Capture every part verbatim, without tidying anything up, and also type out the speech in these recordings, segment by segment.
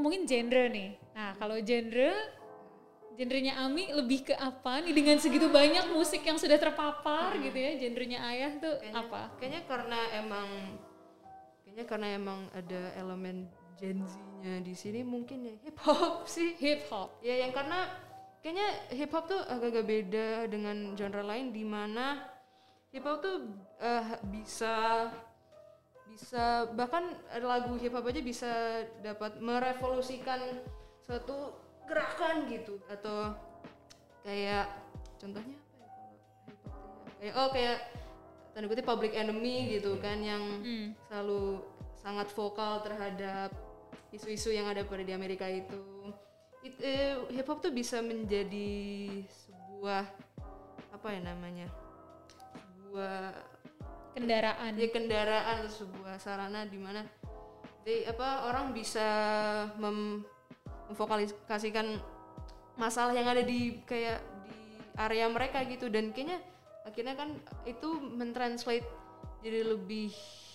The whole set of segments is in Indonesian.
ngomongin genre nih. Nah kalau genre, genrenya Ami lebih ke apa nih dengan segitu banyak musik yang sudah terpapar hmm. gitu ya? Genrenya Ayah tuh kayaknya, apa? Kayaknya karena emang, kayaknya karena emang ada elemen Gen Z-nya di sini mungkin ya hip hop sih. Hip hop. Ya yang karena kayaknya hip hop tuh agak-agak beda dengan genre lain di mana hip hop tuh uh, bisa bisa bahkan lagu hip hop aja bisa dapat merevolusikan suatu gerakan gitu, atau kayak contohnya apa ya kalau hip hop tuh ya? Kayak oh kayak tanda kutip Public Enemy gitu kan yang hmm. selalu sangat vokal terhadap isu-isu yang ada pada di Amerika itu. It, eh, hip hop tuh bisa menjadi sebuah apa ya namanya? sebuah kendaraan. Ya kendaraan atau sebuah sarana di mana di, apa orang bisa mem, memvokalisasikan masalah yang ada di kayak di area mereka gitu, dan kayaknya akhirnya kan itu mentranslate jadi lebih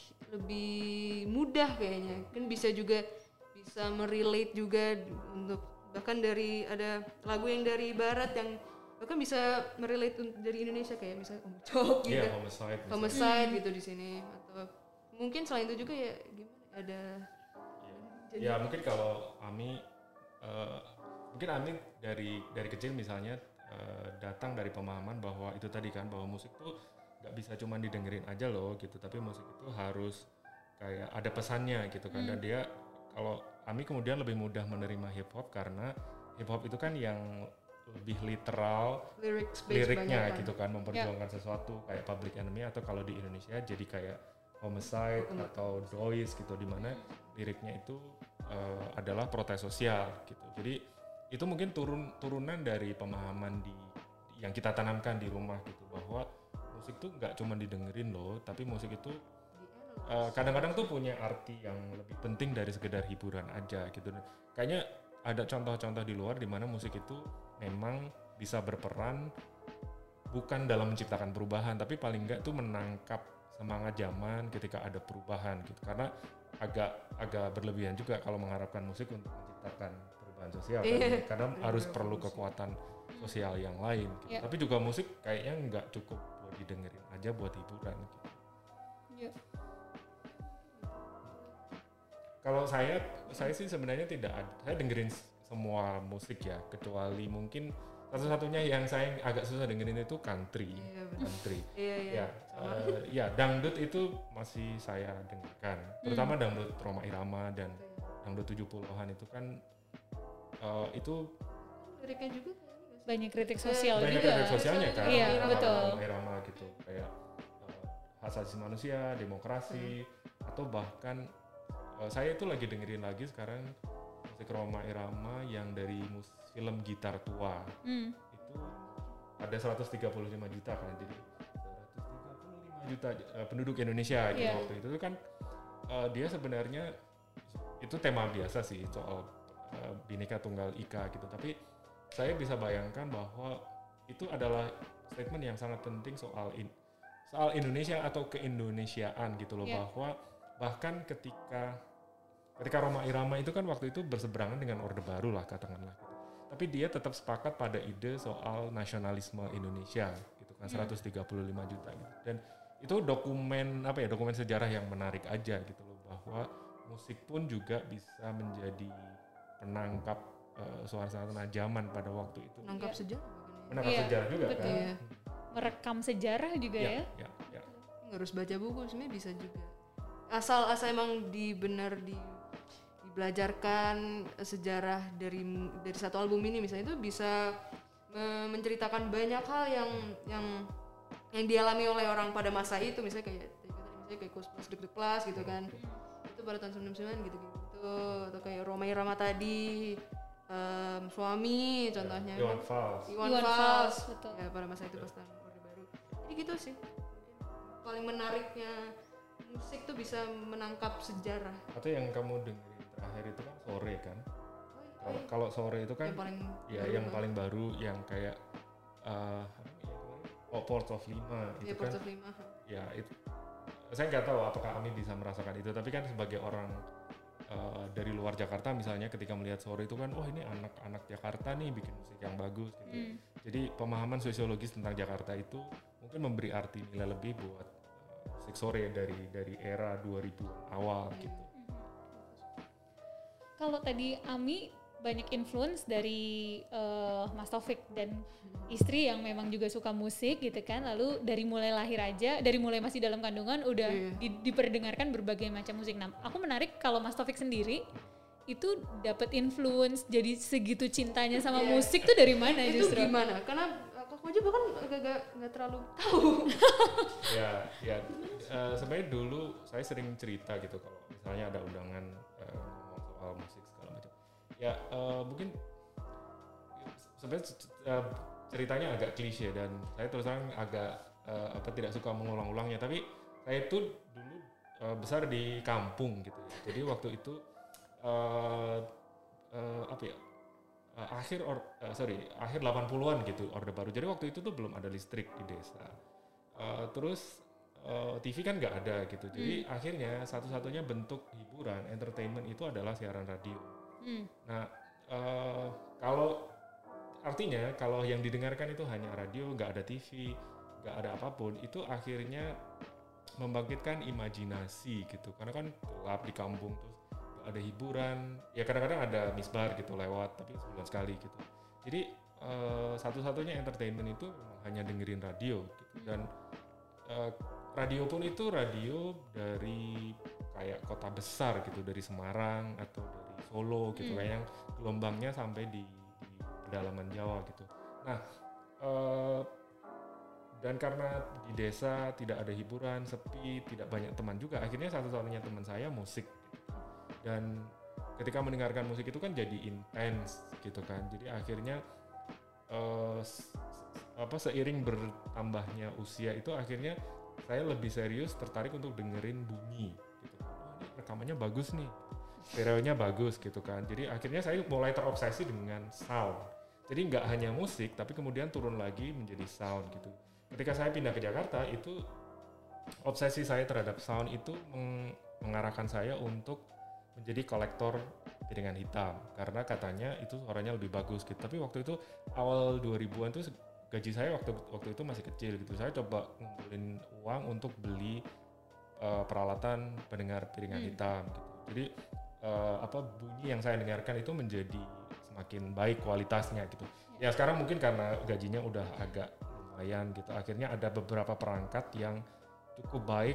lebih mudah kayaknya kan, bisa juga bisa merelate juga untuk bahkan dari ada lagu yang dari barat yang bahkan bisa merelate dari Indonesia kayak misalnya Om Cok gitu, yeah, homicide, homicide gitu di sini, atau mungkin selain itu juga ya gimana ada ya, ya mungkin kalau Ami uh, mungkin Ami dari dari kecil misalnya uh, datang dari pemahaman bahwa itu tadi kan, bahwa musik tuh nggak bisa cuma didengerin aja loh gitu, tapi musik itu harus kayak ada pesannya gitu kan. Hmm. Dan dia kalau Ami kemudian lebih mudah menerima hip hop karena hip hop itu kan yang lebih literal liriknya gitu kan, memperjuangkan yeah. sesuatu kayak Public Enemy, atau kalau di Indonesia jadi kayak Homicide hmm. atau Dois gitu, di mana liriknya itu uh, adalah protes sosial gitu. Jadi itu mungkin turun turunan dari pemahaman di yang kita tanamkan di rumah gitu, bahwa musik tuh nggak cuma didengerin loh, tapi musik itu uh, kadang-kadang tuh punya arti yang lebih penting dari sekedar hiburan aja gitu. Kayaknya ada contoh-contoh di luar di mana musik itu memang bisa berperan bukan dalam menciptakan perubahan, tapi paling nggak tuh menangkap semangat zaman ketika ada perubahan gitu. Karena agak agak berlebihan juga kalau mengharapkan musik untuk menciptakan perubahan sosial, kan? Karena harus perlu kekuatan sosial yang lain gitu. Yeah. Tapi juga musik kayaknya nggak cukup buat didengerin aja buat hiburan gitu. Yeah. Kalau saya saya sih sebenarnya tidak ada, saya dengerin semua musik ya, kecuali mungkin satu-satunya yang saya agak susah dengerin itu country. Yeah, country. Iya iya. Ya, uh, ya dangdut itu masih saya dengarkan, terutama hmm. dangdut Rhoma Irama dan dangdut tujuh puluhan itu kan uh, itu liriknya juga banyak kritik sosial banyak juga. Banyak kritik sosialnya kan. Iya, betul. Rhoma Irama gitu, kayak uh, hak asasi manusia, demokrasi, hmm. atau bahkan uh, saya itu lagi dengerin lagi sekarang musik Rhoma Irama yang dari mus- film Gitar Tua. Hmm. Itu ada seratus tiga puluh lima juta kan, jadi seratus tiga puluh lima juta uh, penduduk Indonesia gitu yeah. waktu itu kan uh, dia sebenarnya itu tema biasa sih soal uh, Bhinneka Tunggal Ika gitu, tapi saya bisa bayangkan bahwa itu adalah statement yang sangat penting soal in, soal Indonesia atau keindonesiaan gitu loh, yeah. bahwa bahkan ketika ketika Rhoma Irama itu kan waktu itu berseberangan dengan Orde Baru lah katakanlah gitu. Tapi dia tetap sepakat pada ide soal nasionalisme Indonesia gitu kan, seratus tiga puluh lima juta gitu. Dan itu dokumen apa ya, dokumen sejarah yang menarik aja gitu loh, bahwa musik pun juga bisa menjadi penangkap uh, suasana zaman pada waktu itu. Menangkap sejarah. Menangkap iya, sejarah juga betul. Kan. Iya. Merekam sejarah juga ya. Ya, ya, ya. Nggak harus baca buku, sebenarnya bisa juga. Asal asal emang di benar di belajarkan sejarah dari dari satu album ini misalnya, itu bisa me- menceritakan banyak hal yang yang yang dialami oleh orang pada masa itu, misalnya kayak misalnya kayak Kosmas Deg-Deg Plas gitu kan, itu pada tahun sembilan puluh sembilan gitu gitu, atau kayak Rhoma Irama tadi, um, suami contohnya Iwan Fals Iwan Fals ya pada masa itu pas tahun Orde Baru. Jadi gitu sih paling menariknya musik tuh bisa menangkap sejarah. Atau yang kamu dengerin terakhir itu kan Sore kan. Kalau oh, kalau Sore itu kan yang paling ya yang kan? paling baru yang kayak uh, oh, Port of Lima ya, itu Port kan. Of Lima. Ya itu saya nggak tahu apakah Ami bisa merasakan itu, tapi kan sebagai orang uh, dari luar Jakarta misalnya ketika melihat sore itu kan, wah ini anak-anak Jakarta nih bikin musik yang bagus gitu. Mm. Jadi pemahaman sosiologis tentang Jakarta itu mungkin memberi arti nilai lebih buat uh, musik sore dari dari era dua ribuan awal gitu. Kalau tadi Ami banyak influence dari uh, Mas Taufik dan istri yang memang juga suka musik gitu kan, lalu dari mulai lahir aja, dari mulai masih dalam kandungan udah yeah. di, diperdengarkan berbagai macam musik. Nah, aku menarik kalau Mas Taufik sendiri itu dapat influence jadi segitu cintanya sama yeah. musik tuh dari mana itu justru? Itu gimana? Karena aku aja bahkan agak nggak terlalu tahu. ya, ya uh, sebenarnya dulu saya sering cerita gitu kalau misalnya ada undangan uh, ngomong soal musik segala macam. Ya uh, mungkin sebenarnya uh, ceritanya agak klise dan saya terus terang agak uh, apa tidak suka mengulang-ulangnya, tapi saya itu dulu uh, besar di kampung gitu ya. Jadi waktu itu uh, uh, apa ya uh, akhir or, uh, sorry akhir delapan puluhan gitu Orde Baru. Jadi waktu itu tuh belum ada listrik di desa. Uh, terus uh, T V kan nggak ada gitu. Jadi hmm. akhirnya satu-satunya bentuk hiburan entertainment itu adalah siaran radio. Hmm. Nah, uh, kalau artinya kalau yang didengarkan itu hanya radio, nggak ada T V, nggak ada apapun, itu akhirnya membangkitkan imajinasi gitu. Karena kan gelap di kampung terus nggak ada hiburan, ya kadang-kadang ada misbar gitu lewat, tapi sebulan sekali gitu. Jadi uh, satu-satunya entertainment itu hanya dengerin radio gitu. Dan uh, radio pun itu radio dari kayak kota besar gitu, dari Semarang atau dari Solo gitu, hmm. kayak yang gelombangnya sampai di, di pedalaman Jawa gitu. Nah, uh, dan karena di desa tidak ada hiburan, sepi, tidak banyak teman juga, akhirnya satu-satunya teman saya musik. Dan ketika mendengarkan musik itu kan jadi intens gitu kan. Jadi akhirnya uh, apa seiring bertambahnya usia itu akhirnya saya lebih serius tertarik untuk dengerin bunyi gitu. Oh, ini rekamannya bagus nih, stereonya bagus gitu kan. Jadi akhirnya saya mulai terobsesi dengan sound. Jadi nggak hanya musik, tapi kemudian turun lagi menjadi sound gitu. Ketika saya pindah ke Jakarta, itu obsesi saya terhadap sound itu meng- mengarahkan saya untuk menjadi kolektor piringan hitam. Karena katanya itu suaranya lebih bagus gitu. Tapi waktu itu awal dua ribuan tuh gaji saya waktu waktu itu masih kecil gitu. Saya coba ngumpulin uang untuk beli uh, peralatan pendengar piringan hmm. hitam gitu. Jadi Uh, apa bunyi yang saya dengarkan itu menjadi semakin baik kualitasnya gitu. Ya sekarang mungkin karena gajinya udah agak lumayan gitu, akhirnya ada beberapa perangkat yang cukup baik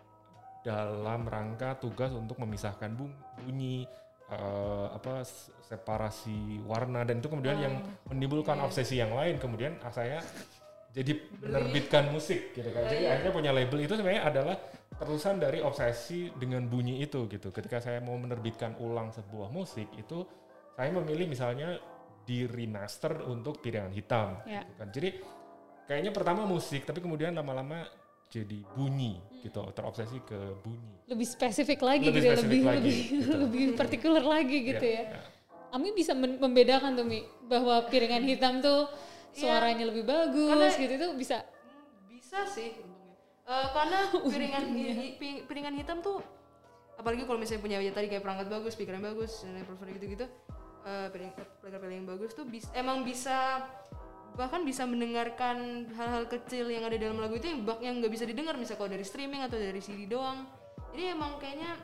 dalam rangka tugas untuk memisahkan bunyi, uh, apa separasi warna, dan itu kemudian oh, yang menimbulkan yeah. obsesi yang lain. Kemudian saya jadi menerbitkan musik gitu kan. Jadi akhirnya punya label itu sebenarnya adalah terusan dari obsesi dengan bunyi itu gitu. Ketika saya mau menerbitkan ulang sebuah musik itu, saya memilih misalnya di remaster untuk piringan hitam yeah. gitu kan. Jadi kayaknya pertama musik, tapi kemudian lama-lama jadi bunyi hmm. gitu, terobsesi ke bunyi. Lebih spesifik lagi lebih gitu ya, spesifik lebih lagi, lebih, gitu. lebih partikular lagi gitu yeah, ya. Yeah. Ami bisa membedakan tuh Mi, bahwa piringan hitam tuh suaranya yeah. lebih bagus. Karena gitu tuh bisa. Bisa sih. Uh, karena piringan hi, piringan hitam tuh, apalagi kalau misalnya punya ya tadi kayak perangkat bagus, speaker yang bagus, dan prefer gitu-gitu, uh, piringan yang bagus tuh bis, emang bisa bahkan bisa mendengarkan hal-hal kecil yang ada dalam lagu itu yang yang nggak bisa didengar misalnya kalau dari streaming atau dari C D doang. Jadi emang kayaknya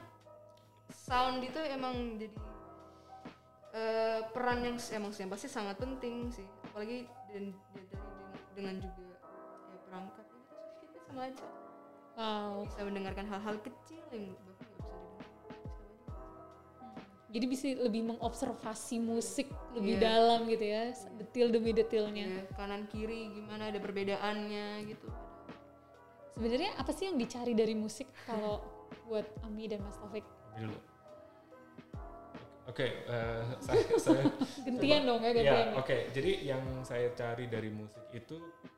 sound itu emang jadi uh, peran yang emang yang pasti sangat penting sih, apalagi dan, dan dari dengan juga ya perangkat. Sama aja. Wow. Bisa mendengarkan hal-hal kecil yang bahkan nggak bisa didengar. Hmm. Jadi bisa lebih mengobservasi musik lebih yeah. dalam gitu ya, yeah. detil demi detilnya. Yeah. Kanan kiri gimana ada perbedaannya gitu. Sebenarnya apa sih yang dicari dari musik kalau buat Ami dan Mas Taufik? Dulu. Oke, okay, uh, saya, saya gantian dong ya gantian. Ya, oke. Okay. Jadi yang saya cari dari musik itu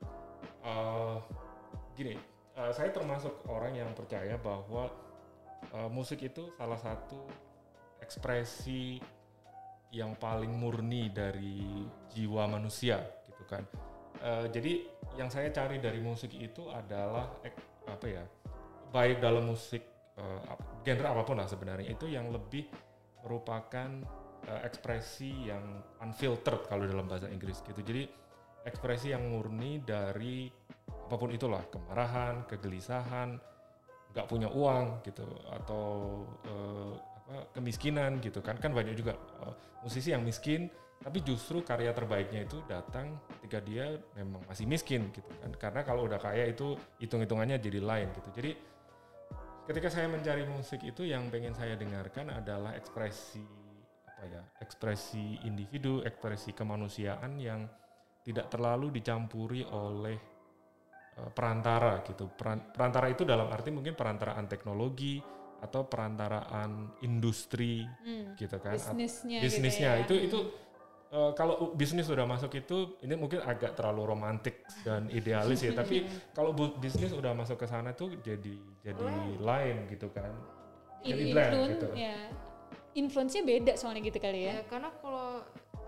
uh, gini, uh, saya termasuk orang yang percaya bahwa uh, musik itu salah satu ekspresi yang paling murni dari jiwa manusia gitu kan. Uh, jadi yang saya cari dari musik itu adalah eh, apa ya, baik dalam musik uh, genre apapun lah sebenarnya, itu yang lebih merupakan uh, ekspresi yang unfiltered kalau dalam bahasa Inggris gitu. Jadi ekspresi yang murni dari apapun itulah, kemarahan, kegelisahan, nggak punya uang gitu, atau uh, apa, kemiskinan gitu kan. Kan banyak juga uh, musisi yang miskin tapi justru karya terbaiknya itu datang ketika dia memang masih miskin gitu kan. Karena kalau udah kaya itu hitung-hitungannya jadi lain gitu. Jadi ketika saya mencari musik itu yang pengen saya dengarkan adalah ekspresi apa ya, ekspresi individu, ekspresi kemanusiaan yang tidak terlalu dicampuri oleh uh, perantara gitu. Peran, perantara itu dalam arti mungkin perantaraan teknologi atau perantaraan industri hmm, gitu kan. Bisnisnya, bisnisnya gitu ya. itu itu Uh, kalau bisnis sudah masuk itu, ini mungkin agak terlalu romantik dan idealis ya. Tapi kalau bu- bisnis udah masuk ke sana tuh jadi jadi lain gitu kan. Jadi bland gitu. Ya, influence-nya beda soalnya gitu kali ya. Ya karena kalau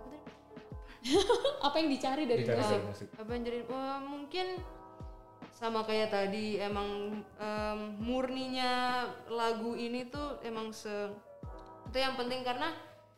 apa yang dicari dari dicari musik? dari musik. Apa yang jadi uh, mungkin sama kayak tadi emang um, murninya lagu ini tuh emang se itu yang penting karena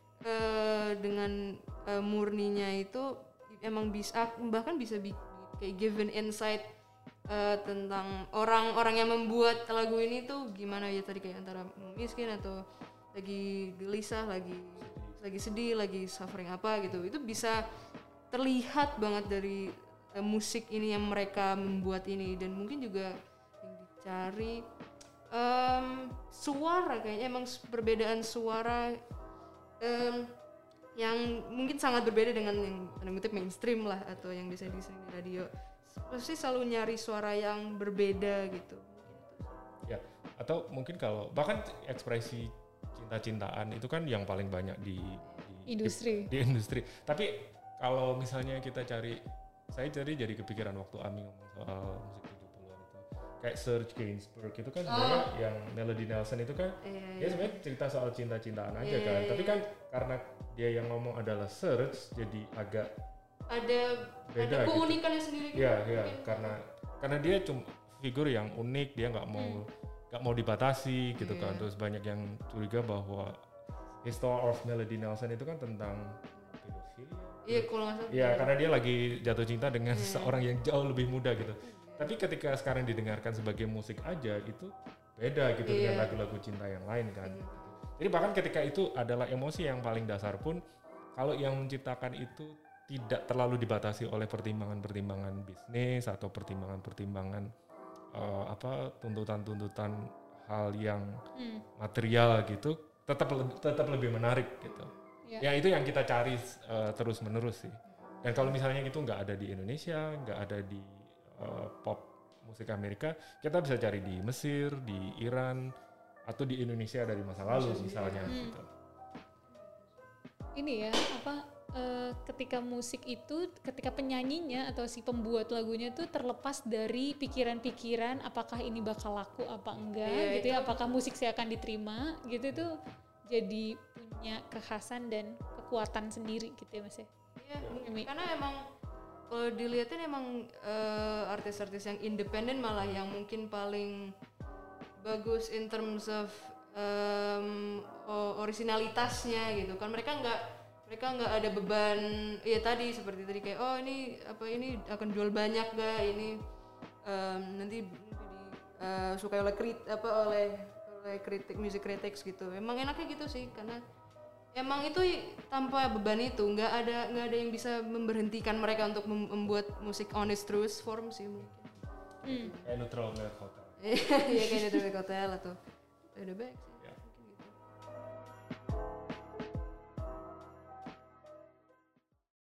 uh, dengan uh, murninya itu emang bisa bahkan bisa bi- kayak given insight uh, tentang orang-orang yang membuat lagu ini tuh gimana ya tadi kayak antara miskin atau lagi gelisah, lagi lagi sedih, lagi suffering apa gitu. Itu bisa terlihat banget dari uh, musik ini yang mereka membuat ini dan mungkin juga yang dicari um, suara kayaknya emang perbedaan suara um, yang mungkin sangat berbeda dengan yang tanda kutip mainstream lah atau yang bisa disering di radio. Pasti selalu nyari suara yang berbeda gitu. Ya, atau mungkin kalau bahkan ekspresi cinta-cintaan itu kan yang paling banyak di, di industri. Di, di industri. Tapi kalau misalnya kita cari, saya cari jadi kepikiran waktu Ami ngomong soal musik tujuh puluhan itu. Kayak Serge Gainsbourg itu kan sebenarnya oh. yang Melody Nelson itu kan yeah, dia yeah. sebenarnya cerita soal cinta-cintaan aja yeah, kan. yeah, Tapi kan karena dia yang ngomong adalah Serge, jadi agak ada beda ada keunikannya gitu. sendiri. Iya, iya, karena karena dia cuma figur yang unik, dia nggak mau nggak hmm. mau dibatasi gitu yeah. kan. Terus banyak yang curiga bahwa History of Melody Nelson itu kan tentang pedofilia. Iya, kalau nggak salah. Iya, karena dia lagi jatuh cinta dengan yeah. seorang yang jauh lebih muda gitu. Yeah. Tapi ketika sekarang didengarkan sebagai musik aja itu beda gitu yeah. dengan lagu-lagu cinta yang lain kan. Yeah. Jadi bahkan ketika itu adalah emosi yang paling dasar pun, kalau yang menciptakan itu tidak terlalu dibatasi oleh pertimbangan-pertimbangan bisnis atau pertimbangan-pertimbangan uh, apa tuntutan-tuntutan hal yang hmm. material gitu, tetap tetap lebih menarik gitu. Ya, ya itu yang kita cari uh, terus menerus sih. Dan kalau misalnya itu nggak ada di Indonesia, nggak ada di uh, pop musik Amerika, kita bisa cari di Mesir, di Iran, atau di Indonesia dari masa lalu misalnya. Hmm. Gitu. Ini ya apa? Uh, ketika musik itu, ketika penyanyinya atau si pembuat lagunya tuh terlepas dari pikiran-pikiran apakah ini bakal laku apa enggak yeah, gitu ya, apakah musik saya akan diterima gitu tuh jadi punya kekhasan dan kekuatan sendiri gitu ya Mas ya. Iya, yeah, karena emang kalau dilihatin emang uh, artis-artis yang independen malah yang mungkin paling bagus in terms of um, originalitasnya gitu kan. Mereka nggak mereka nggak ada beban ya tadi seperti tadi kayak oh ini apa ini akan jual banyak gak, ini um, nanti di, uh, suka oleh krit apa oleh oleh kritik music critics gitu. Emang enaknya gitu sih karena emang itu tanpa beban itu nggak ada nggak ada yang bisa memberhentikan mereka untuk mem- membuat musik honest truth form sih mungkin. Hmm. Kayak Neutral Milk Hotel. Iya kayak Neutral Milk Hotel atau The Back sih.